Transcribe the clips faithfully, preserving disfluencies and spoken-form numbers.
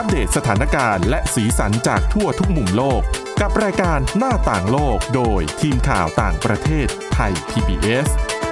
เดตสถานการณ์และสีสันจากทั่วทุกมุมโลกกับรายการหน้าต่างโลกโดยทีมข่าวต่างประเทศไทย พี บี เอส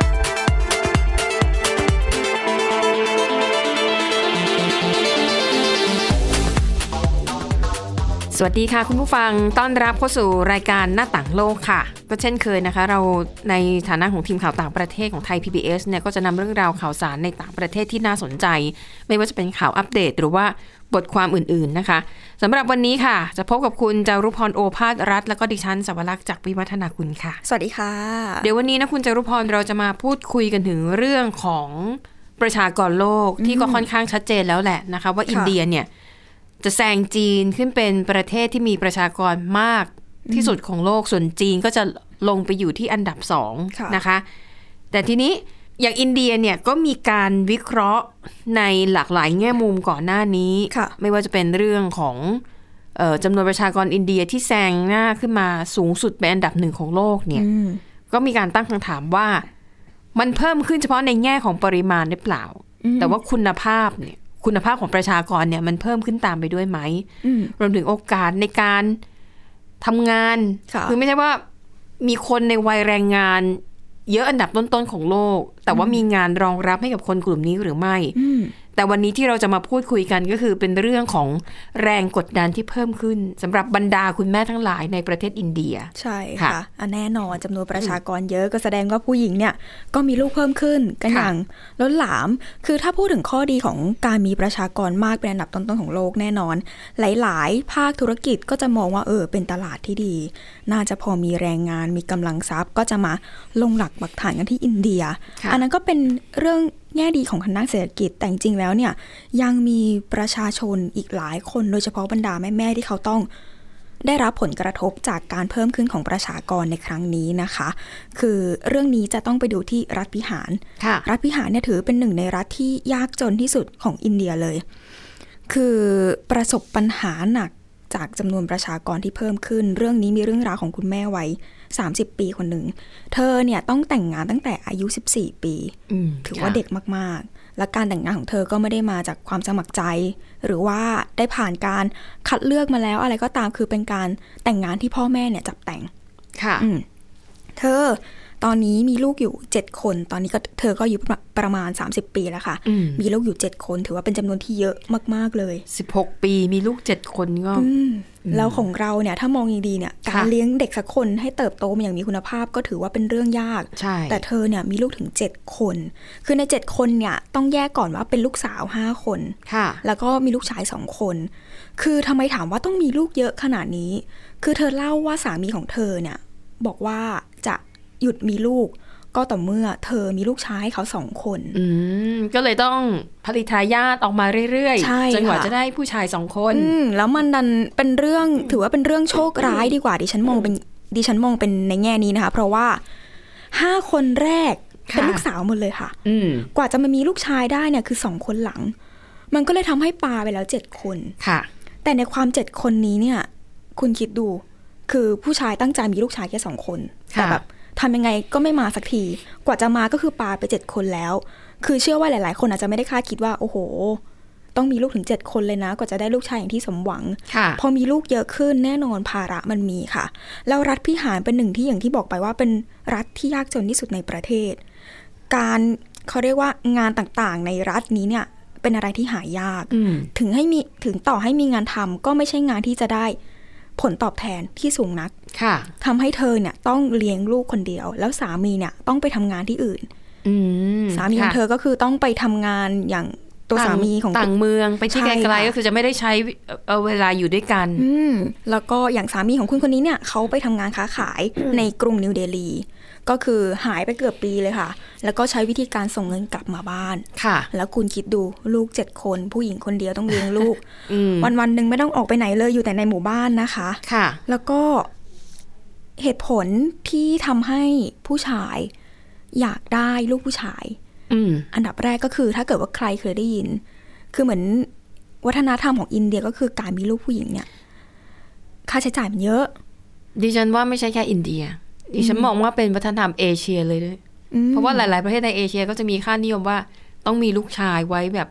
สวัสดีค่ะคุณผู้ฟังต้อนรับเข้าสู่รายการหน้าต่างโลกค่ะก็เช่นเคยนะคะเราในฐานะของทีมข่าวต่างประเทศของไทย พี บี เอส เนี่ยก็จะนำเรื่องราวข่าวสารในต่างประเทศที่น่าสนใจไม่ว่าจะเป็นข่าวอัปเดตหรือว่าบทความอื่นๆนะคะสำหรับวันนี้ค่ะจะพบกับคุณจารุพรโอภาสรัตน์และก็ดิฉันสวรักษ์จากวิวัฒนาคุณค่ะสวัสดีค่ะเดี๋ยววันนี้นะคุณจารุพรเราจะมาพูดคุยกันถึงเรื่องของประชากรโลกที่ก็ค่อนข้างชัดเจนแล้วแหละนะคะว่าอินเดียเนี่ยจะแซงจีนขึ้นเป็นประเทศที่มีประชากรมากที่สุดของโลกส่วนจีนก็จะลงไปอยู่ที่อันดับสองนะคะแต่ทีนี้อย่างอินเดียเนี่ยก็มีการวิเคราะห์ในหลากหลายแง่มุมก่อนหน้านี้ไม่ว่าจะเป็นเรื่องของเอ่อจำนวนประชากรอินเดียที่แซงหน้าขึ้นมาสูงสุดเป็นอันดับหนึ่งของโลกเนี่ยก็มีการตั้งคำถามว่ามันเพิ่มขึ้นเฉพาะในแง่ของปริมาณหรือเปล่าแต่ว่าคุณภาพเนี่ยคุณภาพของประชากรเนี่ยมันเพิ่มขึ้นตามไปด้วยไหมรวมถึงโอกาสในการทำงานคือไม่ใช่ว่ามีคนในวัยแรงงานเยอะอันดับต้นๆของโลกแต่ว่ามีงานรองรับให้กับคนกลุ่มนี้หรือไม่แต่วันนี้ที่เราจะมาพูดคุยกันก็คือเป็นเรื่องของแรงกดดันที่เพิ่มขึ้นสำหรับบรรดาคุณแม่ทั้งหลายในประเทศอินเดียใช่ค่ะแน่นอนจำนวนประชากรเยอะก็แสดงว่าผู้หญิงเนี่ยก็มีลูกเพิ่มขึ้นกันอย่างล้นหลามคือถ้าพูดถึงข้อดีของการมีประชากรมากเป็นอันดับต้นๆของโลกแน่นอนหลายๆภาคธุรกิจก็จะมองว่าเออเป็นตลาดที่ดีน่าจะพอมีแรงงานมีกำลังทรัพย์ก็จะมาลงหลักปักฐานกันที่อินเดียอันนั้นก็เป็นเรื่องแง่ดีของทางด้านเศรษฐกิจแต่จริงๆแล้วเนี่ยยังมีประชาชนอีกหลายคนโดยเฉพาะบรรดาแม่ๆที่เขาต้องได้รับผลกระทบจากการเพิ่มขึ้นของประชากรในครั้งนี้นะคะคือเรื่องนี้จะต้องไปดูที่รัฐบิหารรัฐบิหารเนี่ยถือเป็นหนึ่งในรัฐที่ยากจนที่สุดของอินเดียเลยคือประสบปัญหาหนักจากจำนวนประชากรที่เพิ่มขึ้นเรื่องนี้มีเรื่องราวของคุณแม่วัยสามสิบปีคนหนึ่งเธอเนี่ยต้องแต่งงานตั้งแต่อายุสิบสี่ปีถือว่าเด็กมากๆและการแต่งงานของเธอก็ไม่ได้มาจากความสมัครใจหรือว่าได้ผ่านการคัดเลือกมาแล้วอะไรก็ตามคือเป็นการแต่งงานที่พ่อแม่เนี่ยจับแต่งค่ะเธอตอนนี้มีลูกอยู่เจ็ดคนตอนนี้ก็เธอก็อยู่ประมาณสามสิบปีแล้วค่ะมมีลูกอยู่เจ็ดคนถือว่าเป็นจำนวนที่เยอะมากๆเลยสิบหกปีมีลูกเจ็ดคนก็แล้วของเราเนี่ยถ้ามองดีๆเนี่ยการเลี้ยงเด็กสักคนให้เติบโตมาอย่างมีคุณภาพก็ถือว่าเป็นเรื่องยากแต่เธอเนี่ยมีลูกถึงเจ็ดคนคือในเจ็ดคนเนี่ยต้องแยกก่อนว่าเป็นลูกสาวห้าคนแล้วก็มีลูกชายสองคนคือทำไมถามว่าต้องมีลูกเยอะขนาดนี้คือเธอเล่าว่าสามีของเธอเนี่ยบอกว่าจะหยุดมีลูกก็ต่อเมื่อเธอมีลูกชายเขาสองคนอืมก็เลยต้องผลิตทายาทออกมาเรื่อยๆจนกว่าจะได้ผู้ชายสองคนแล้วมันดันเป็นเรื่องถือว่าเป็นเรื่องโชคร้ายดีกว่าดิฉันมองเป็นดิฉันมองเป็นในแง่นี้นะคะเพราะว่าห้าคนแรกเป็นลูกสาวหมดเลยค่ะกว่าจะมามีลูกชายได้เนี่ยคือสองคนหลังมันก็เลยทำให้ปาไปแล้วเจ็ดคนค่ะแต่ในความเจ็ดคนนี้เนี่ยคุณคิดดูคือผู้ชายตั้งใจมีลูกชายแค่สองคนแต่แบบทำยังไงก็ไม่มาสักทีกว่าจะมาก็คือปาไปเจ็ดคนแล้วคือเชื่อว่าหลายๆคนอาจจะไม่ได้คาดคิดว่าโอ้โหต้องมีลูกถึงเจ็ดคนเลยนะกว่าจะได้ลูกชายอย่างที่สมหวังพอมีลูกเยอะขึ้นแน่นอนภาระมันมีค่ะแล้วรัฐพิหารเป็นหนึ่งที่อย่างที่บอกไปว่าเป็นรัฐที่ยากจนที่สุดในประเทศการเขาเรียกว่างานต่างๆในรัฐนี้เนี่ยเป็นอะไรที่หายากถึงให้มีถึงต่อให้มีงานทำก็ไม่ใช่งานที่จะได้ผลตอบแทนที่สูงนักทำให้เธอเนี่ยต้องเลี้ยงลูกคนเดียวแล้วสามีเนี่ยต้องไปทำงานที่อื่นสามีของเธอก็คือต้องไปทำงานอย่างตัวสามีของต่างเมืองไปที่ไกลๆก็คือจะไม่ได้ใช้เวลาอยู่ด้วยกันแล้วก็อย่างสามีของคุณคนนี้เนี่ยเขาไปทำงานค้าขายในกรุงนิวเดลีก็คือหายไปเกือบปีเลยค่ะแล้วก็ใช้วิธีการส่งเงินกลับมาบ้านแล้วคุณคิดดูลูกเจ็ดคนผู้หญิงคนเดียวต้องเลี้ยงลูกวันๆนึงไม่ต้องออกไปไหนเลยอยู่แต่ในหมู่บ้านนะคะแล้วก็เหตุผลที่ทำให้ผู้ชายอยากได้ลูกผู้ชายอันดับแรกก็คือถ้าเกิดว่าใครเคยได้ยินคือเหมือนวัฒนธรรมของอินเดียก็คือการมีลูกผู้หญิงเนี่ยค่าใช้จ่ายมันเยอะดิฉันว่าไม่ใช่แค่อินเดียดิฉันมองว่าเป็นวัฒนธรรมเอเชียเลยด้วยเพราะว่าหลายๆประเทศในเอเชียก็จะมีค่านิยมว่าต้องมีลูกชายไว้แบบ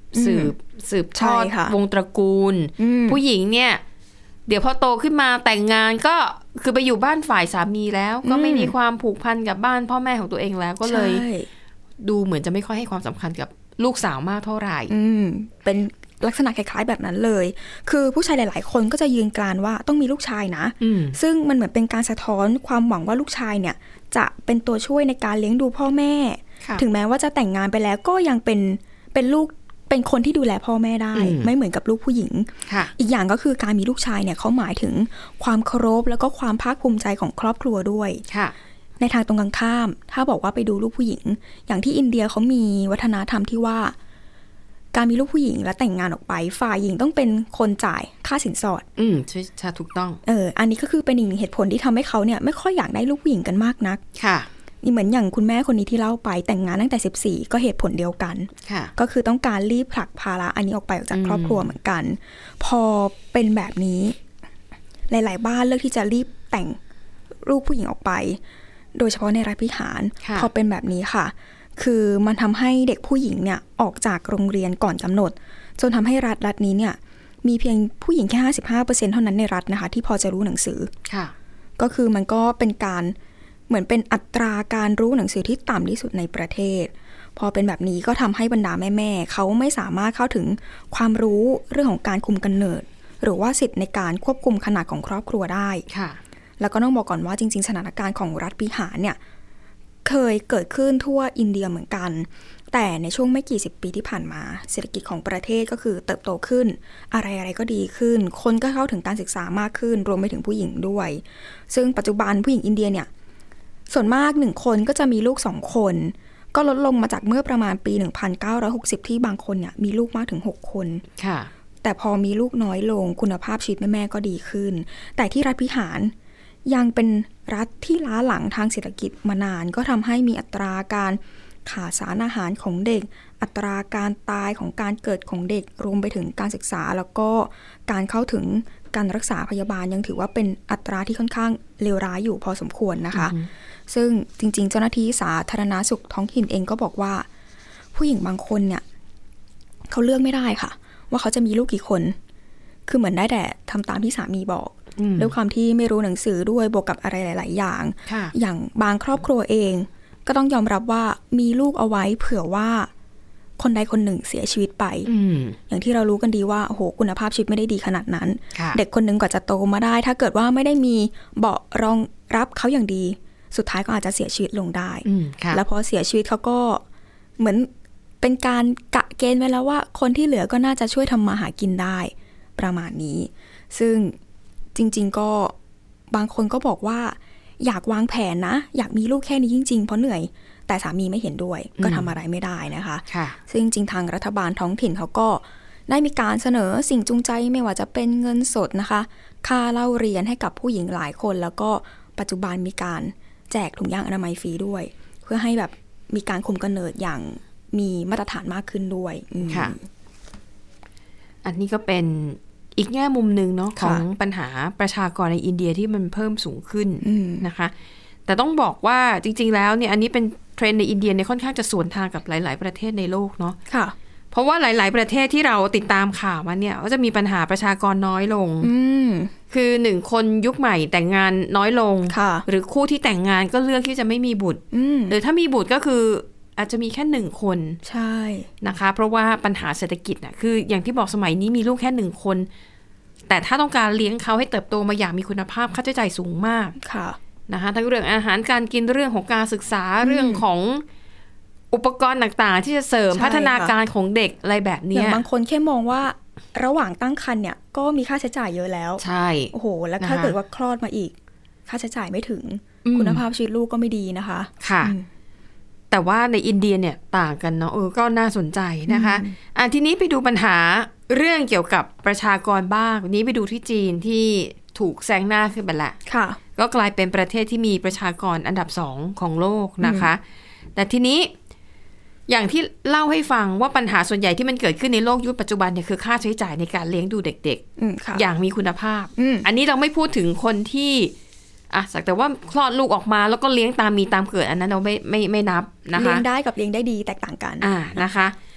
สืบสืบทอดวงตระกูลผู้หญิงเนี่ยเดี๋ยวพอโตขึ้นมาแต่งงานก็คือไปอยู่บ้านฝ่ายสามีแล้วก็ไม่มีความผูกพันกับบ้านพ่อแม่ของตัวเองแล้วก็เลยดูเหมือนจะไม่ค่อยให้ความสำคัญกับลูกสาวมากเท่าไหร่เป็นลักษณะคล้ายๆแบบนั้นเลยคือผู้ชายหลายๆคนก็จะยืนกรานว่าต้องมีลูกชายนะซึ่งมันเหมือนเป็นการสะท้อนความหวังว่าลูกชายเนี่ยจะเป็นตัวช่วยในการเลี้ยงดูพ่อแม่ถึงแม้ว่าจะแต่งงานไปแล้วก็ยังเป็นเป็นลูกเป็นคนที่ดูแลพ่อแม่ได้ไม่เหมือนกับลูกผู้หญิงอีกอย่างก็คือการมีลูกชายเนี่ยเขาหมายถึงความเคารพแล้วก็ความภาคภูมิใจของครอบครัวด้วยในทางตรงกันข้ามถ้าบอกว่าไปดูลูกผู้หญิงอย่างที่อินเดียเขามีวัฒนธรรมที่ว่าการมีลูกผู้หญิงและแต่งงานออกไปฝ่ายหญิงต้องเป็นคนจ่ายค่าสินสอดอืมใช่ใช่ถูกต้องเอออันนี้ก็คือเป็นอีกหนึ่งเหตุผลที่ทำให้เขาเนี่ยไม่ค่อยอยากได้ลูกผู้หญิงกันมากนักค่ะเหมือนอย่างคุณแม่คนนี้ที่เล่าไปแต่งงานตั้งแต่สิบสี่ก็เหตุผลเดียวกันค่ะก็คือต้องการรีบผลักภาระอันนี้ออกไปออกจากครอบครัวเหมือนกันพอเป็นแบบนี้หลายๆบ้านเลือกที่จะรีบแต่งลูกผู้หญิงออกไปโดยเฉพาะในรัฐพิหารพอเป็นแบบนี้ค่ะคือมันทำให้เด็กผู้หญิงเนี่ยออกจากโรงเรียนก่อนกำหนดจนทำให้รัฐรัฐนี้เนี่ยมีเพียงผู้หญิงแค่ ห้าสิบห้าเปอร์เซ็นต์ เท่านั้นในรัฐนะคะที่พอจะรู้หนังสือค่ะก็คือมันก็เป็นการเหมือนเป็นอัตราการรู้หนังสือที่ต่ำที่สุดในประเทศพอเป็นแบบนี้ก็ทำให้บรรดาแม่ๆเขาไม่สามารถเข้าถึงความรู้เรื่องของการคุมกำเนิดหรือว่าสิทธิ์ในการควบคุมขนาดของครอบครัวได้ค่ะแล้วก็ต้องบอกก่อนว่าจริงๆสถานการณ์ของรัฐบิหารเนี่ยเคยเกิดขึ้นทั่วอินเดียเหมือนกันแต่ในช่วงไม่กี่สิบปีที่ผ่านมาเศรษฐกิจของประเทศก็คือเติบโตขึ้นอะไรๆก็ดีขึ้นคนก็เข้าถึงการศึกษามากขึ้นรวมไปถึงผู้หญิงด้วยซึ่งปัจจุบันผู้หญิงอินเดียเนี่ยส่วนมากหนึ่งคนก็จะมีลูกสองคนก็ลดลงมาจากเมื่อประมาณปีหนึ่งพันเก้าร้อยหกสิบที่บางคนเนี่ยมีลูกมากถึงหกคนค่ะแต่พอมีลูกน้อยลงคุณภาพชีวิตแม่ๆก็ดีขึ้นแต่ที่รัฐบิหารยังเป็นรัฐที่ล้าหลังทางเศรษฐกิจมานานก็ทำให้มีอัตราการขาดสารอาหารของเด็กอัตราการตายของการเกิดของเด็กรวมไปถึงการศึกษาแล้วก็การเข้าถึงการรักษาพยาบาลยังถือว่าเป็นอัตราที่ค่อนข้างเลวร้ายอยู่พอสมควรนะคะซึ่งจริงๆเจ้าหน้าที่สาธารณสุขท้องถิ่นเองก็บอกว่าผู้หญิงบางคนเนี่ยเขาเลือกไม่ได้ค่ะว่าเขาจะมีลูกกี่คนคือเหมือนได้แต่ทำตามที่สามีบอกด้วยความที่ไม่รู้หนังสือด้วยบวกกับอะไรหลายๆอย่างอย่างบางครอบครัวเองก็ต้องยอมรับว่ามีลูกเอาไว้เผื่อว่าคนใดคนหนึ่งเสียชีวิตไป อ, อย่างที่เรารู้กันดีว่าโอ้โหคุณภาพชีวิตไม่ได้ดีขนาดนั้นเด็กคนหนึ่งกว่าจะโตมาได้ถ้าเกิดว่าไม่ได้มีเบาะรองรับเขาอย่างดีสุดท้ายก็อาจจะเสียชีวิตลงได้แล้วพอเสียชีวิตเขาก็เหมือนเป็นการกะเกณฑ์ไว้แล้วว่าคนที่เหลือก็น่าจะช่วยทำมาหากินได้ประมาณนี้ซึ่งจริงๆก็บางคนก็บอกว่าอยากวางแผนนะอยากมีลูกแค่นี้จริงๆเพราะเหนื่อยแต่สามีไม่เห็นด้วยก็ทำอะไรไม่ได้นะคะซึ่งจริงๆทางรัฐบาลท้องถิ่นเขาก็ได้มีการเสนอสิ่งจูงใจไม่ว่าจะเป็นเงินสดนะคะค่าเล่าเรียนให้กับผู้หญิงหลายคนแล้วก็ปัจจุบันมีการแจกถุงยางอนามัยฟรีด้วยเพื่อให้แบบมีการคุมกำเนิดอย่างมีมาตรฐานมากขึ้นด้วยค่ะอันนี้ก็เป็นอีกแง่มุมหนึ่งเนาะของปัญหาประชากรในอินเดียที่มันเพิ่มสูงขึ้นนะคะแต่ต้องบอกว่าจริงๆแล้วเนี่ยอันนี้เป็นเทรนด์ในอินเดียเนี่ยค่อนข้างจะสวนทางกับหลายๆประเทศในโลกเนาะค่ะเพราะว่าหลายๆประเทศที่เราติดตามข่าวมาเนี่ยก็จะมีปัญหาประชากรน้อยลงคือหนึ่งคนยุคใหม่แต่งงานน้อยลงหรือคู่ที่แต่งงานก็เลือกที่จะไม่มีบุตรหรือถ้ามีบุตรก็คืออาจจะมีแค่หนึ่งคนใช่นะคะเพราะว่าปัญหาเศรษฐกิจน่ะคืออย่างที่บอกสมัยนี้มีลูกแค่หนึ่งคนแต่ถ้าต้องการเลี้ยงเขาให้เติบโตมาอย่างมีคุณภาพค่าใช้จ่ายสูงมากค่ะนะคะทั้งเรื่องอาหารการกินเรื่องของการศึกษาเรื่องของอุปกรณ์ต่างๆที่จะเสริมพัฒนาการของเด็กอะไรแบบนี้อย่างบางคนแค่มองว่าระหว่างตั้งครรภ์เนี่ยก็มีค่าใช้จ่ายเยอะแล้วใช่โอ้โหแล้วถ้าเกิดว่าคลอดมาอีกค่าใช้จ่ายไม่ถึงคุณภาพชีวิตลูกก็ไม่ดีนะคะค่ะแต่ว่าในอินเดียเนี่ยต่างกันเนาะเออก็น่าสนใจนะคะอ่ะทีนี้ไปดูปัญหาเรื่องเกี่ยวกับประชากรบ้างวันนี้ไปดูที่จีนที่ถูกแซงหน้าขึ้นไปแล้วค่ะก็กลายเป็นประเทศที่มีประชากรอันดับสองของโลกนะคะแต่ทีนี้อย่างที่เล่าให้ฟังว่าปัญหาส่วนใหญ่ที่มันเกิดขึ้นในโลกยุคปัจจุบันเนี่ยคือค่าใช้จ่ายในการเลี้ยงดูเด็กๆอย่างมีคุณภาพอันนี้เราไม่พูดถึงคนที่อ่ะสักแต่ว่าคลอดลูกออกมาแล้วก็เลี้ยงตามมีตามเกิดอันนั้นเราไม่ไม่ไม่นับนะคะเลี้ยงได้กับเลี้ยงได้ดีแตกต่างกันอ่านะคะ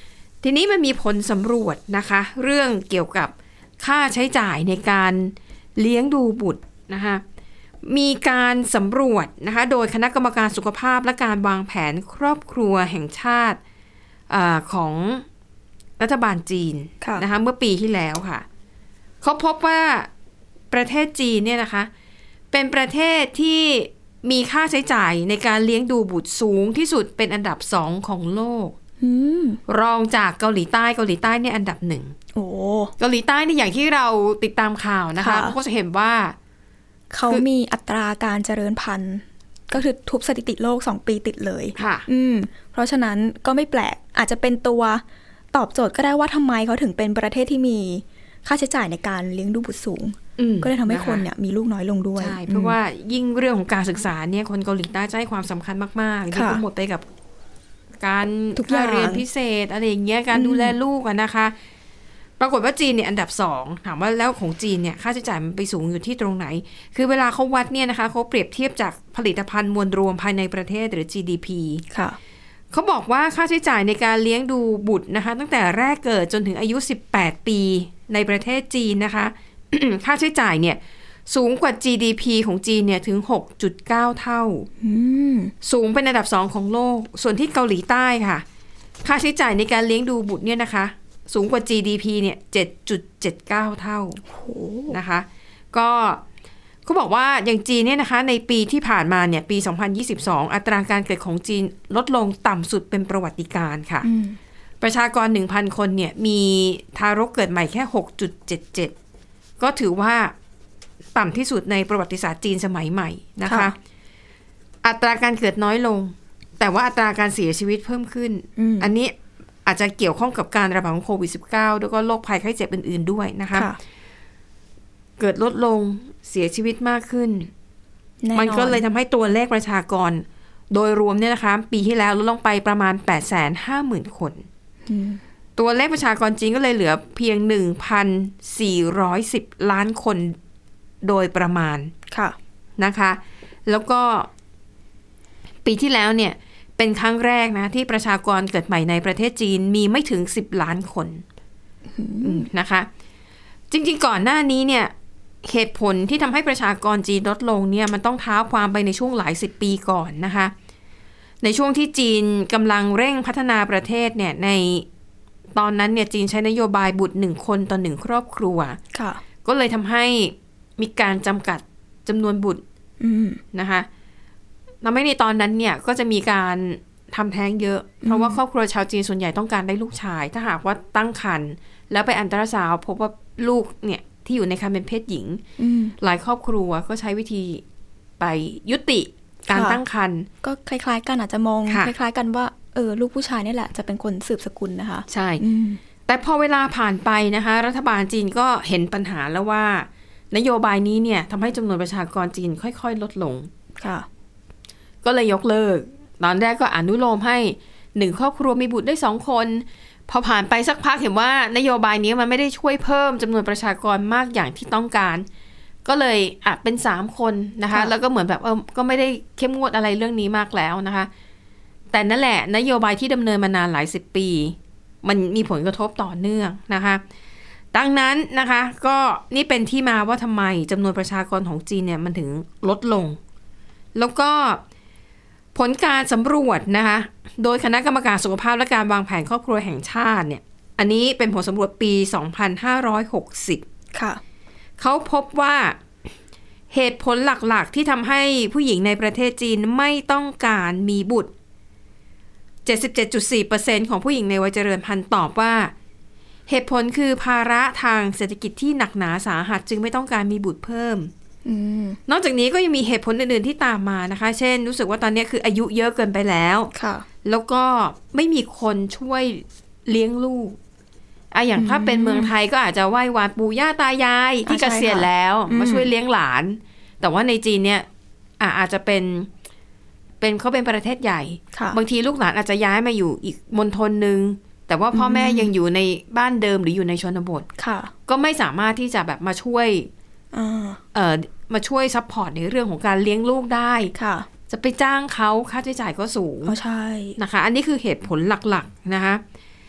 ทีนี้มันมีผลสำรวจนะคะเรื่องเกี่ยวกับค่าใช้จ่ายในการเลี้ยงดูบุตรนะคะมีการสำรวจนะคะโดยคณะกรรมการสุขภาพและการวางแผนครอบครัวแห่งชาติเอ่อของรัฐบาลจีนนะคะเมื่อปีที่แล้วค่ะเขาพบว่าประเทศจีนเนี่ยนะคะเป็นประเทศที่มีค่าใช้จ่ายในการเลี้ยงดูบุตรสูงที่สุดเป็นอันดับสองของโลกรองจากเกาหลีใต้เกาหลีใต้เนี่ยอันดับหนึ่งโอ้เกาหลีใต้นี่อย่างที่เราติดตามข่าวนะคะเขาก็จะเห็นว่าเขามีอัตราการเจริญพันธุ์ก็คือทุบสถิติโลกสองปีติดเลยค่ะอืมเพราะฉะนั้นก็ไม่แปลกอาจจะเป็นตัวตอบโจทย์ก็ได้ว่าทำไมเขาถึงเป็นประเทศที่มีค่าใช้จ่ายในการเลี้ยงดูบุตรสูงก็เลยทำให้คนเนี่ยมีลูกน้อยลงด้วยใช่เพราะว่ายิ่งเรื่องของการศึกษาเนี่ยคนเกาหลีใต้จะให้ความสำคัญมากๆที่ก็หมดไปกับการค่าเรียนพิเศษอะไรอย่างเงี้ยการดูแลลูกอะนะคะปรากฏว่าจีนเนี่ยอันดับสองถามว่าแล้วของจีนเนี่ยค่าใช้จ่ายมันไปสูงอยู่ที่ตรงไหนคือเวลาเขาวัดเนี่ยนะคะเขาเปรียบเทียบจากผลิตภัณฑ์มวลรวมภายในประเทศหรือ จี ดี พีค่ะเขาบอกว่าค่าใช้จ่ายในการเลี้ยงดูบุตรนะคะตั้งแต่แรกเกิดจนถึงอายุสิบแปดปีในประเทศจีนนะคะ ค่าใช้จ่ายเนี่ยสูงกว่า จี ดี พี ของจีนเนี่ยถึง หกจุดเก้า เท่าสูงเป็นอันดับสองของโลกส่วนที่เกาหลีใต้ค่ะค่าใช้จ่ายในการเลี้ยงดูบุตรเนี่ยนะคะสูงกว่า จี ดี พี เนี่ย เจ็ดจุดเจ็ดเก้า เท่านะคะก็เขาบอกว่าอย่างจีนเนี่ยนะคะในปีที่ผ่านมาเนี่ยปีสองพันยี่สิบสองอัตราการเกิดของจีนลดลงต่ำสุดเป็นประวัติการณ์ค่ะประชากร หนึ่งพัน คนเนี่ยมีทารกเกิดใหม่แค่ หกจุดเจ็ดเจ็ด ก็ถือว่าต่ำที่สุดในประวัติศาสตร์จีนสมัยใหม่นะคะอัตราการเกิดน้อยลงแต่ว่าอัตราการเสียชีวิตเพิ่มขึ้น อ, อันนี้อาจจะเกี่ยวข้องกับการระบาดของโควิด สิบเก้า แล้วก็โรคภัยไข้เจ็บอื่นๆด้วยนะคะเกิดลดลงเสียชีวิตมากขึ้นมันก็เลยทำให้ตัวเลขประชากรโดยรวมเนี่ยนะคะปีที่แล้วลดลงไปประมาณ แปดแสนห้าหมื่น คนตัวเลขประชากรจีนก็เลยเหลือเพียง หนึ่งพันสี่ร้อยสิบ ล้านคนโดยประมาณค่ะนะคะแล้วก็ปีที่แล้วเนี่ยเป็นครั้งแรกนะที่ประชากรเกิดใหม่ในประเทศจีนมีไม่ถึงสิบล้านคนนะคะจริงๆก่อนหน้านี้เนี่ยเหตุผลที่ทำให้ประชากรจีนลดลงเนี่ยมันต้องเท้าความไปในช่วงหลายสิบปีก่อนนะคะในช่วงที่จีนกำลังเร่งพัฒนาประเทศเนี่ยในตอนนั้นเนี่ยจีนใช้นโยบายบุตรหนึ่งคนต่อหนึ่งครอบครัวก็เลยทำให้มีการจำกัดจำนวนบุตรนะคะทำให้ในตอนนั้นเนี่ยก็จะมีการทำแท้งเยอะเพราะว่าครอบครัวชาวจีนส่วนใหญ่ต้องการได้ลูกชายถ้าหากว่าตั้งครรภ์แล้วไปอัลตราซาวด์พบว่าลูกเนี่ยที่อยู่ในครรภ์เป็นเพศหญิงหลายครอบครัวก็ใช้วิธีไปยุติการตั้งครรภ์ก็คล้ายๆกันอาจจะมองคล้ายๆกันว่าเออลูกผู้ชายนี่แหละจะเป็นคนสืบสกุลนะคะใช่แต่พอเวลาผ่านไปนะคะรัฐบาลจีนก็เห็นปัญหาแล้วว่านโยบายนี้เนี่ยทำให้จำนวนประชากรจีนค่อยๆลดลงค่ะก็เลยยกเลิกตอนแรกก็อนุโลมให้หนึ่งครอบครัวมีบุตรได้สองคนพอผ่านไปสักพักเห็นว่านโยบายนี้มันไม่ได้ช่วยเพิ่มจำนวนประชากรมากอย่างที่ต้องการก็เลยอ่ะเป็นสามคนนะคะแล้วก็เหมือนแบบเออก็ไม่ได้เข้มงวดอะไรเรื่องนี้มากแล้วนะคะแต่นั่นแหละนโยบายที่ดำเนินมานานหลายสิบปีมันมีผลกระทบต่อเนื่องนะคะดังนั้นนะคะก็นี่เป็นที่มาว่าทำไมจำนวนประชากรของจีนเนี่ยมันถึงลดลงแล้วก็ผลการสำรวจนะคะโดยคณะกรรมการสุขภาพและการวางแผนครอบครัวแห่งชาติเนี่ยอันนี้เป็นผลสำรวจปีสองพันห้าร้อยหกสิบค่ะเขาพบว่าเหตุผลหลักๆที่ทำให้ผู้หญิงในประเทศจีนไม่ต้องการมีบุตร เจ็ดสิบเจ็ดจุดสี่เปอร์เซ็นต์ ของผู้หญิงในวัยเจริญพันธุ์ตอบว่าเหตุผลคือภาระทางเศรษฐกิจที่หนักหนาสาหัสจึงไม่ต้องการมีบุตรเพิ่มนอกจากนี้ก็ยังมีเหตุผลอื่นๆที่ตามมานะคะเช่นรู้สึกว่าตอนนี้คืออายุเยอะเกินไปแล้วแล้วก็ไม่มีคนช่วยเลี้ยงลูกอ่ะอย่างถ้าเป็นเมืองไทยก็อาจจะไหว้วานปู่ย่าตายายที่เกษียณแล้วมาช่วยเลี้ยงหลานแต่ว่าในจีนเนี่ยอ่ะอาจจะเป็นเป็นเขาเป็นประเทศใหญ่บางทีลูกหลานอาจจะย้ายมาอยู่อีกมณฑลนึงแต่ว่าพ่อแม่ยังอยู่ในบ้านเดิมหรืออยู่ในชนบทก็ไม่สามารถที่จะแบบมาช่วยเอ่อมาช่วยซัพพอร์ตในเรื่องของการเลี้ยงลูกได้ค่ะจะไปจ้างเขาค่าใช้จ่ายก็สูงอ๋อใช่นะคะอันนี้คือเหตุผลหลักๆนะคะ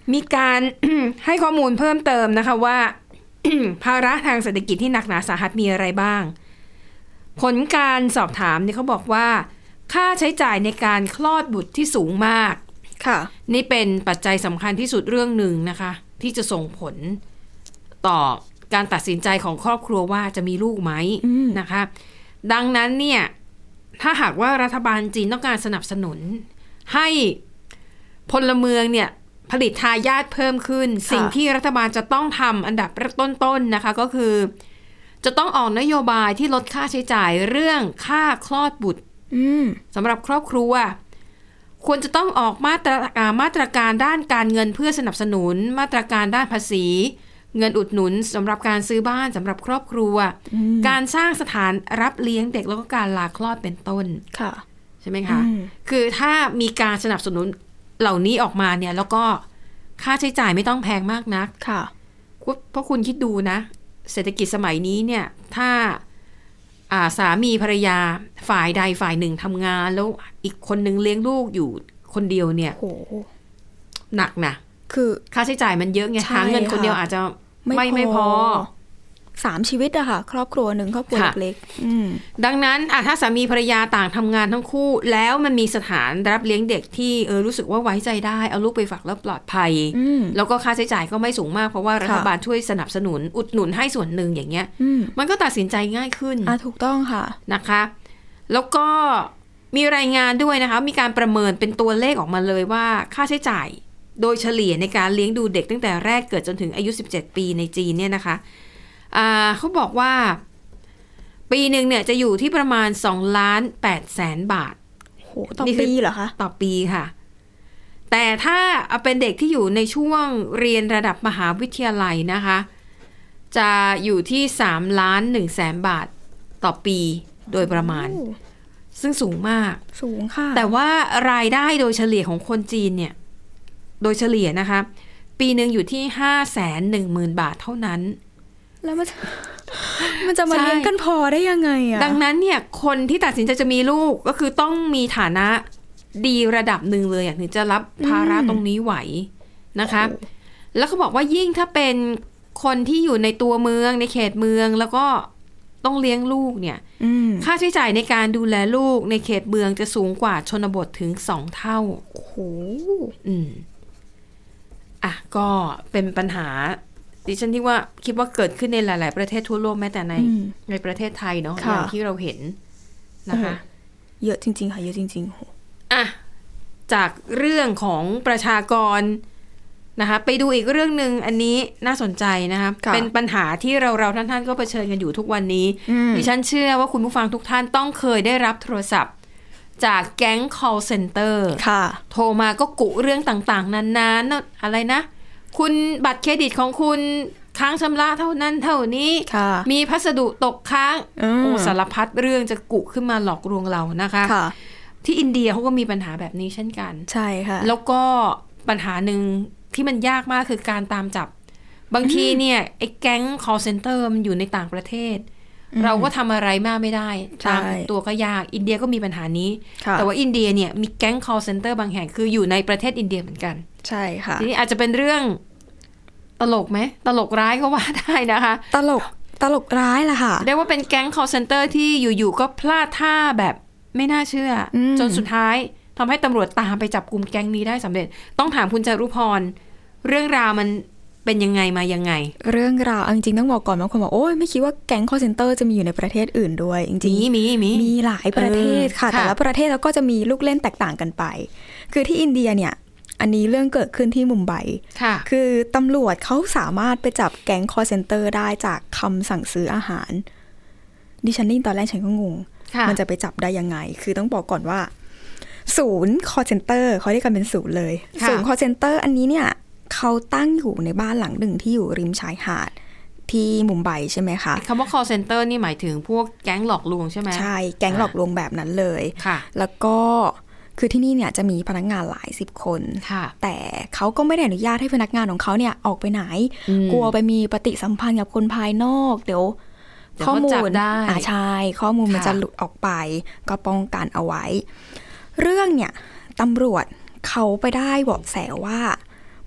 มีการ ให้ข้อมูลเพิ่มเติมนะคะว่า ภาระทางเศรษฐกิจที่หนักหนาสาหัสมีอะไรบ้างผลการสอบถามเนี่ยเขาบอกว่าค่าใช้จ่ายในการคลอดบุตรที่สูงมากค่ะนี่เป็นปัจจัยสำคัญที่สุดเรื่องหนึ่งนะคะที่จะส่งผลต่อการตัดสินใจของครอบครัวว่าจะมีลูกไหมนะคะดังนั้นเนี่ยถ้าหากว่ารัฐบาลจีนต้องการสนับสนุนให้พลเมืองเนี่ยผลิตทายาทเพิ่มขึ้นสิ่งที่รัฐบาลจะต้องทำอันดับต้นๆนะคะก็คือจะต้องออกนโยบายที่ลดค่าใช้จ่ายเรื่องค่าคลอดบุตรสำหรับครอบครัวควรจะต้องออกมาตรามาตรการด้านการเงินเพื่อสนับสนุนมาตรการด้านภาษีเงินอุดหนุนสำหรับการซื้อบ้านสำหรับครอบครัวการสร้างสถานรับเลี้ยงเด็กแล้วก็การลาคลอดเป็นต้นใช่ไหมคะคือถ้ามีการสนับสนุนเหล่านี้ออกมาเนี่ยแล้วก็ค่าใช้จ่ายไม่ต้องแพงมากนักค่ะเพราะคุณคิดดูนะเศรษฐกิจสมัยนี้เนี่ยถ้าอ่าสามีภรรยาฝ่ายใดฝ่ายหนึ่งทำงานแล้วอีกคนนึงเลี้ยงลูกอยู่คนเดียวเนี่ยโหหนักนะคือค่าใช้จ่ายมันเยอะไงหาเงินคนเดียวอาจจะไม่ไม่พอสามชีวิตอะค่ะครอบครัวหนึ่งครอบครัวเล็กดังนั้นอ่ะถ้าสามีภรรยาต่างทำงานทั้งคู่แล้วมันมีสถานรับเลี้ยงเด็กที่เออรู้สึกว่าไว้ใจได้เอาลูกไปฝากแล้วปลอดภัยแล้วก็ค่าใช้จ่ายก็ไม่สูงมากเพราะว่ารัฐบาลช่วยสนับสนุนอุดหนุนให้ส่วนหนึ่งอย่างเงี้ยมันก็ตัดสินใจง่ายขึ้นอ่ะถูกต้องค่ะนะคะแล้วก็มีรายงานด้วยนะคะมีการประเมินเป็นตัวเลขออกมาเลยว่าค่าใช้จ่ายโดยเฉลี่ยในการเลี้ยงดูเด็กตั้งแต่แรกเกิดจนถึงอายุสิบเจ็ดปีในจีนเนี่ยนะคะอ่าเขาบอกว่าปีหนึ่งเนี่ยจะอยู่ที่ประมาณสองล้านแปดแสนบาทโหต่อปีเหรอคะต่อปีค่ะแต่ถ้าเอาเป็นเด็กที่อยู่ในช่วงเรียนระดับมหาวิทยาลัยนะคะจะอยู่ที่สามล้านหนึ่งแสนบาทต่อปีโดยประมาณซึ่งสูงมากสูงค่ะแต่ว่ารายได้โดยเฉลี่ยของคนจีนเนี่ยโดยเฉลี่ยนะคะปีหนึ่งอยู่ที่ห้าแสนหนึ่งหมื่นบาทเท่านั้นแล้วมันมันจะมาเลี้ยงกันพอได้ยังไงอะดังนั้นเนี่ยคนที่ตัดสินใจจะมีลูกก็คือต้องมีฐานะดีระดับหนึ่งเลยถึงจะรับภาระตรงนี้ไหวนะคะแล้วเขาบอกว่ายิ่งถ้าเป็นคนที่อยู่ในตัวเมืองในเขตเมืองแล้วก็ต้องเลี้ยงลูกเนี่ยค่าใช้จ่ายในการดูแลลูกในเขตเมืองจะสูงกว่าชนบทถึงสองเท่าโอ้โหอืมอ่ะก็เป็นปัญหาดิฉันที่ว่าคิดว่าเกิดขึ้นในหลายๆประเทศทั่วโลกแม้แต่ในในประเทศไทยเนาะอย่างที่เราเห็นนะคะเยอะจริงๆค่ะเยอะจริงๆอ่ะจากเรื่องของประชากรนะคะไปดูอีกเรื่องนึงอันนี้น่าสนใจนะคะเป็นปัญหาที่เราเราท่านๆก็เผชิญกันอยู่ทุกวันนี้ดิฉันเชื่อว่าคุณผู้ฟังทุกท่านต้องเคยได้รับโทรศัพท์จากแก๊ง call center ค่ะโทรมาก็กุเรื่องต่างๆนานๆอะไรนะคุณบัตรเครดิตของคุณค้างชำระเท่านั้นเท่านี้มีพัสดุตกค้างโอ้สารพัดเรื่องจะกุขึ้นมาหลอกลวงเรานะคะที่อินเดียเขาก็มีปัญหาแบบนี้เช่นกันใช่ค่ะแล้วก็ปัญหาหนึ่งที่มันยากมากคือการตามจับบางทีเนี่ยไอ้แก๊ง call center มันอยู่ในต่างประเทศเราก็ทำอะไรมากไม่ได้ตามตัวก็ยากอินเดียก็มีปัญหานี้แต่ว่าอินเดียเนี่ยมีแก๊ง call center บางแห่งคืออยู่ในประเทศอินเดียเหมือนกันใช่ค่ะทีนี้อาจจะเป็นเรื่องตลกไหมตลกร้ายก็ว่าได้นะคะตลกตลกร้ายล่ะค่ะได้ว่าเป็นแก๊ง call center ที่อยู่ๆก็พลาดท่าแบบไม่น่าเชื่อจนสุดท้ายทำให้ตำรวจตามไปจับกลุ่มแก๊งนี้ได้สำเร็จต้องถามคุณจารุพรเรื่องราวมันเป็นยังไงมายังไงเรื่องราวจริงๆต้องบอกก่อนบางคนบอกโอ้ยไม่คิดว่าแก๊ง call center จะมีอยู่ในประเทศอื่นด้วยจริงๆมีมีมีหลายประเทศค่ะแต่ละประเทศแล้วก็จะมีลูกเล่นแตกต่างกันไปคือที่อินเดียเนี่ยอันนี้เรื่องเกิดขึ้นที่มุมไบคือตำรวจเขาสามารถไปจับแก๊ง call center ได้จากคำสั่งซื้ออาหารดิฉันนี่ตอนแรกฉันก็งงมันจะไปจับได้ยังไงคือต้องบอกก่อนว่าศูนย์ call center เขาเรียกกันเป็นศูนย์เลยศูนย์ call center อันนี้เนี่ยเขาตั้งอยู่ในบ้านหลังหนึ่งที่อยู่ริมชายหาดที่มุมไบใช่ไหมคะคำว่า call center นี่หมายถึงพวกแก๊งหลอกลวงใช่ไหมใช่แก๊งหลอกลวงแบบนั้นเลยแล้วก็คือที่นี่เนี่ยจะมีพนักงานหลายสิบคนแต่เขาก็ไม่ได้อนุญาตให้พนักงานของเขาเนี่ยออกไปไหนกลัวไปมีปฏิสัมพันธ์กับคนภายนอกเดี๋ยวข้อมูลอ่าใช่ข้อมูลมันจะหลุดออกไปก็ป้องกันเอาไว้เรื่องเนี่ยตำรวจเขาไปได้เบาะแสว่า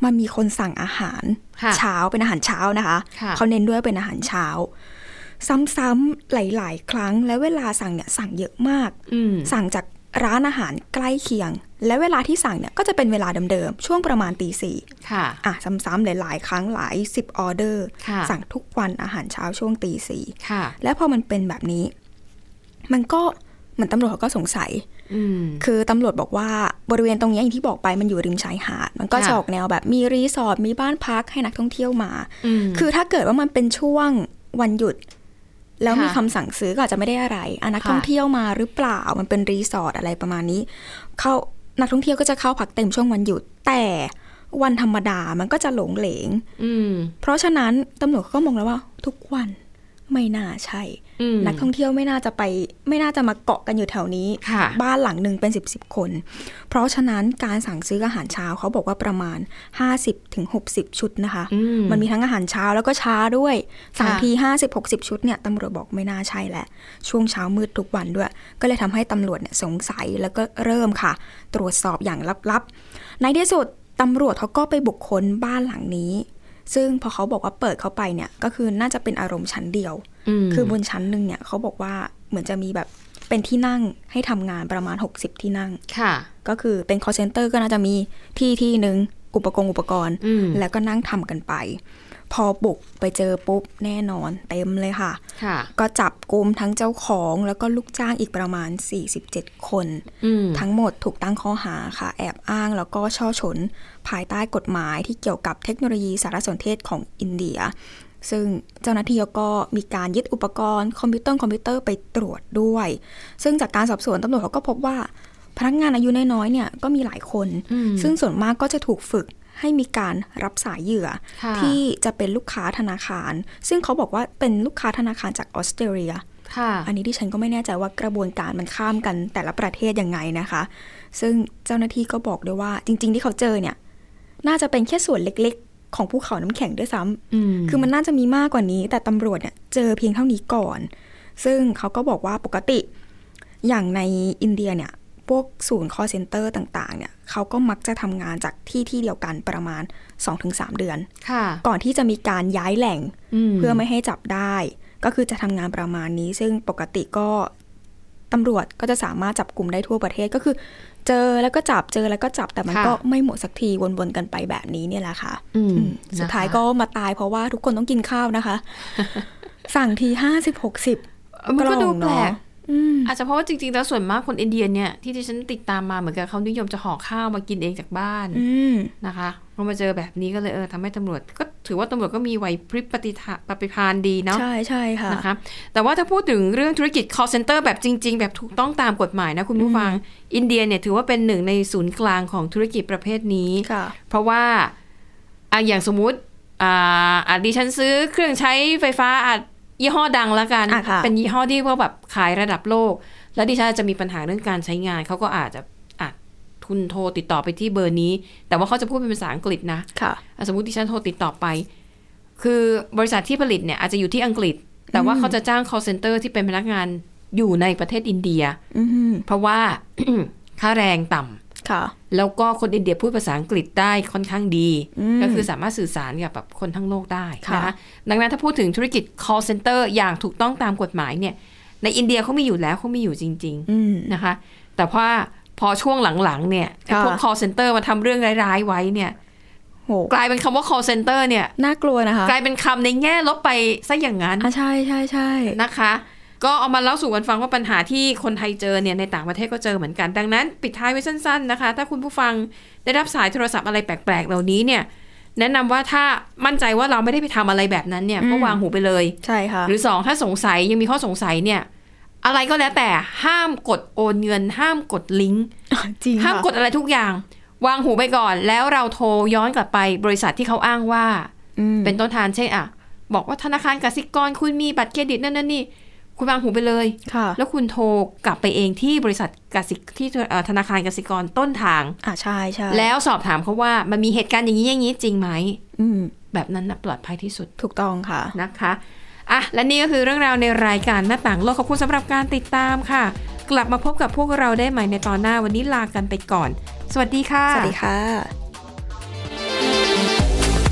มันมีคนสั่งอาหารเช้าเป็นอาหารเช้านะคะเขาเน้นด้วยเป็นอาหารเช้าซ้ำๆหลายๆครั้งและเวลาสั่งเนี่ยสั่งเยอะมากสั่งจากร้านอาหารใกล้เคียงและเวลาที่สั่งเนี่ยก็จะเป็นเวลาเดิมๆช่วงประมาณตีสี่ค่ะอ่ะซ้ำๆหลายๆครั้งหลายสิบออเดอร์สั่งทุกวันอาหารเช้าช่วงตีสี่และพอมันเป็นแบบนี้มันก็เหมือนตำรวจเขาก็สงสัยคือตำรวจบอกว่าบริเวณตรงนี้อย่างที่บอกไปมันอยู่ริมชายหาดมันก็จะออกแนวแบบมีรีสอร์ทมีบ้านพักให้นักท่องเที่ยวมาคือถ้าเกิดว่ามันเป็นช่วงวันหยุดแล้วมีคำสั่งซื้อก็อาจจะไม่ได้อะไรอ่ะนักท่องเที่ยวมาหรือเปล่ามันเป็นรีสอร์ทอะไรประมาณนี้เข้านักท่องเที่ยวก็จะเข้าพักเต็มช่วงวันหยุดแต่วันธรรมดามันก็จะหลงเหลงเพราะฉะนั้นตำรวจก็มองแล้วว่าทุกวันไม่น่าใช่นักท่องเที่ยวไม่น่าจะไปไม่น่าจะมาเกาะกันอยู่แถวนี้บ้านหลังนึงเป็นสิบสิบคนเพราะฉะนั้นการสั่งซื้ออาหารเช้าเขาบอกว่าประมาณ ห้าสิบถึงหกสิบ ชุดนะคะมมันมีทั้งอาหารเช้าแล้วก็ช้าด้วยสั่งที ห้าสิบหกสิบ ชุดเนี่ยตำรวจบอกไม่น่าใช่แหละช่วงเช้ามืดทุกวันด้วยก็เลยทำให้ตำรวจเนี่ยสงสัยแล้วก็เริ่มค่ะตรวจสอบอย่างลับๆในที่สุดตำรวจเขาก็ไปบุกค้นบ้านหลังนี้ซึ่งพอเขาบอกว่าเปิดเข้าไปเนี่ยก็คือน่าจะเป็นอารมณ์ชั้นเดียวคือบนชั้นหนึ่งเนี่ยเขาบอกว่าเหมือนจะมีแบบเป็นที่นั่งให้ทำงานประมาณหกสิบที่นั่งค่ะก็คือเป็น call center ก็น่าจะมีที่ที่นึงอุปกรณ์อุปกรณ์แล้วก็นั่งทำกันไปพอบุกไปเจอปุ๊บแน่นอนเต็มเลยค่ะก็จับกุมทั้งเจ้าของแล้วก็ลูกจ้างอีกประมาณสี่สิบเจ็ดคนทั้งหมดถูกตั้งข้อหาค่ะแอบอ้างแล้วก็ช่อฉนภายใต้กฎหมายที่เกี่ยวกับเทคโนโลยีสารสนเทศของอินเดียซึ่งเจ้าหน้าที่ก็มีการยึดอุปกรณ์คอมพิวเตอร์คอมพิวเตอร์ไปตรวจด้วยซึ่งจากการสอบสวนตำรวจเขาก็พบว่าพนักงานอายุน้อยๆเนี่ยก็มีหลายคนซึ่งส่วนมากก็จะถูกฝึกให้มีการรับสายเหยื่อที่จะเป็นลูกค้าธนาคารซึ่งเขาบอกว่าเป็นลูกค้าธนาคารจากออสเตรเลียอันนี้ที่ฉันก็ไม่แน่ใจว่ากระบวนการมันข้ามกันแต่ละประเทศยังไงนะคะซึ่งเจ้าหน้าที่ก็บอกด้วยว่าจริงๆที่เขาเจอเนี่ยน่าจะเป็นแค่ส่วนเล็กๆของภูเขาน้ำแข็งด้วยซ้ำคือมันน่าจะมีมากกว่านี้แต่ตำรวจเนี่ยเจอเพียงเท่านี้ก่อนซึ่งเขาก็บอกว่าปกติอย่างในอินเดียเนี่ยพวกศูนย์ call center ต่างๆเนี่ยเขาก็มักจะทำงานจากที่ที่เดียวกันประมาณ สองถึงสาม เดือนก่อนที่จะมีการย้ายแหล่งเพื่อไม่ให้จับได้ก็คือจะทำงานประมาณนี้ซึ่งปกติก็ตำรวจก็จะสามารถจับกลุ่มได้ทั่วประเทศก็คือเจอแล้วก็จับเจอแล้วก็จับแต่มันก็ไม่หมดสักทีวนๆกันไปแบบนี้เนี่ยแหละค่ะสุดท้ายก็มาตายเพราะว่าทุกคนต้องกินข้าวนะคะสั่งทีห้าสิบหกสิบมันก็ดูแปลกอาจจะเพราะว่าจริงๆแล้วส่วนมากคนอินเดียเนี่ยที่ที่ฉันติดตามมาเหมือนกับเขานิยมจะห่อข้าวมากินเองจากบ้านนะคะพอมาเจอแบบนี้ก็เลยเออทำให้ตำรวจก็ถือว่าตำรวจก็มีไหวพริบปฏิปฏิภาณดีเนาะใช่ใช่ค่ะนะคะแต่ว่าถ้าพูดถึงเรื่องธุรกิจ call center แบบจริงๆแบบถูกต้องตามกฎหมายนะคุณผู้ฟังอินเดียเนี่ยถือว่าเป็นหนึ่งในศูนย์กลางของธุรกิจประเภทนี้เพราะว่าอ่ะอย่างสมมุติอ่าอ่ะดิฉันซื้อเครื่องใช้ไฟฟ้าอ่ะยี่ห้อดังแล้วกันเป็นยี่ห้อที่ว่าแบบขายระดับโลกแล้วดิฉันจะมีปัญหาเรื่องการใช้งานเขาก็อาจจะอ่ะคุณโทรติดต่อไปที่เบอร์นี้แต่ว่าเขาจะพูดเป็นภาษาอังกฤษนะสมมุติดิฉันโทรติดต่อไปคือบริษัทที่ผลิตเนี่ยอาจจะอยู่ที่อังกฤษแต่ว่าเขาจะจ้าง call center ที่เป็นพนักงานอยู่ในประเทศอินเดียเพราะว่า ค่าแรงต่ำแล้วก็คนอินเดียพูดภาษาอังกฤษได้ค่อนข้างดีก็คือสามารถสื่อสารกับแบบคนทั้งโลกได้นะคะดังนั้นถ้าพูดถึงธุรกิจ call center อย่างถูกต้องตามกฎหมายเนี่ยในอินเดียเขามีอยู่แล้วเขามีอยู่จริงๆนะคะแต่ว่าพอช่วงหลังๆเนี่ยพวก call center มาทำเรื่องร้ายๆไว้เนี่ยกลายเป็นคำว่า call center เนี่ยน่ากลัวนะคะกลายเป็นคำในแง่ลบไปซะอย่างนั้นใช่ใช่ใช่นะคะก็เอามาเล่าสู่กันฟังว่าปัญหาที่คนไทยเจอเนี่ยในต่างประเทศก็เจอเหมือนกันดังนั้นปิดท้ายไว้สั้นๆนะคะถ้าคุณผู้ฟังได้รับสายโทรศัพท์อะไรแปลกๆเหล่านี้เนี่ยแนะนำว่าถ้ามั่นใจว่าเราไม่ได้ไปทำอะไรแบบนั้นเนี่ยก็วางหูไปเลยใช่ค่ะหรือสองถ้าสงสัยยังมีข้อสงสัยเนี่ยอะไรก็แล้วแต่ห้ามกดโอนเงินห้ามกดลิงก์ห้ามกดอะไรทุกอย่างวางหูไปก่อนแล้วเราโทรย้อนกลับไปบริษัทที่เขาอ้างว่าเป็นต้นทานเช่นอ่ะบอกว่าธนาคารกสิกรคุณมีบัตรเครดิตนั่นนั่นนี่คุณวางหูไปเลยแล้วคุณโทรกลับไปเองที่บริษัทกสิที่ธนาคารกสิกรต้นทางอ่าใช่ใช่แล้วสอบถามเขาว่ามันมีเหตุการณ์อย่างนี้อย่างนี้จริงไหมแบบนั้นนะปลอดภัยที่สุดถูกต้องค่ะนะคะอ่ะและนี่ก็คือเรื่องราวในรายการหน้าต่างโลกขอบคุณสำหรับการติดตามค่ะกลับมาพบกับพวกเราได้ใหม่ในตอนหน้าวันนี้ลากันไปก่อนสวัสดีค่ะสวัสดีค่ะ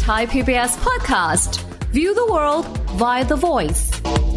Thai พี บี เอส podcast. View the world via The Voice.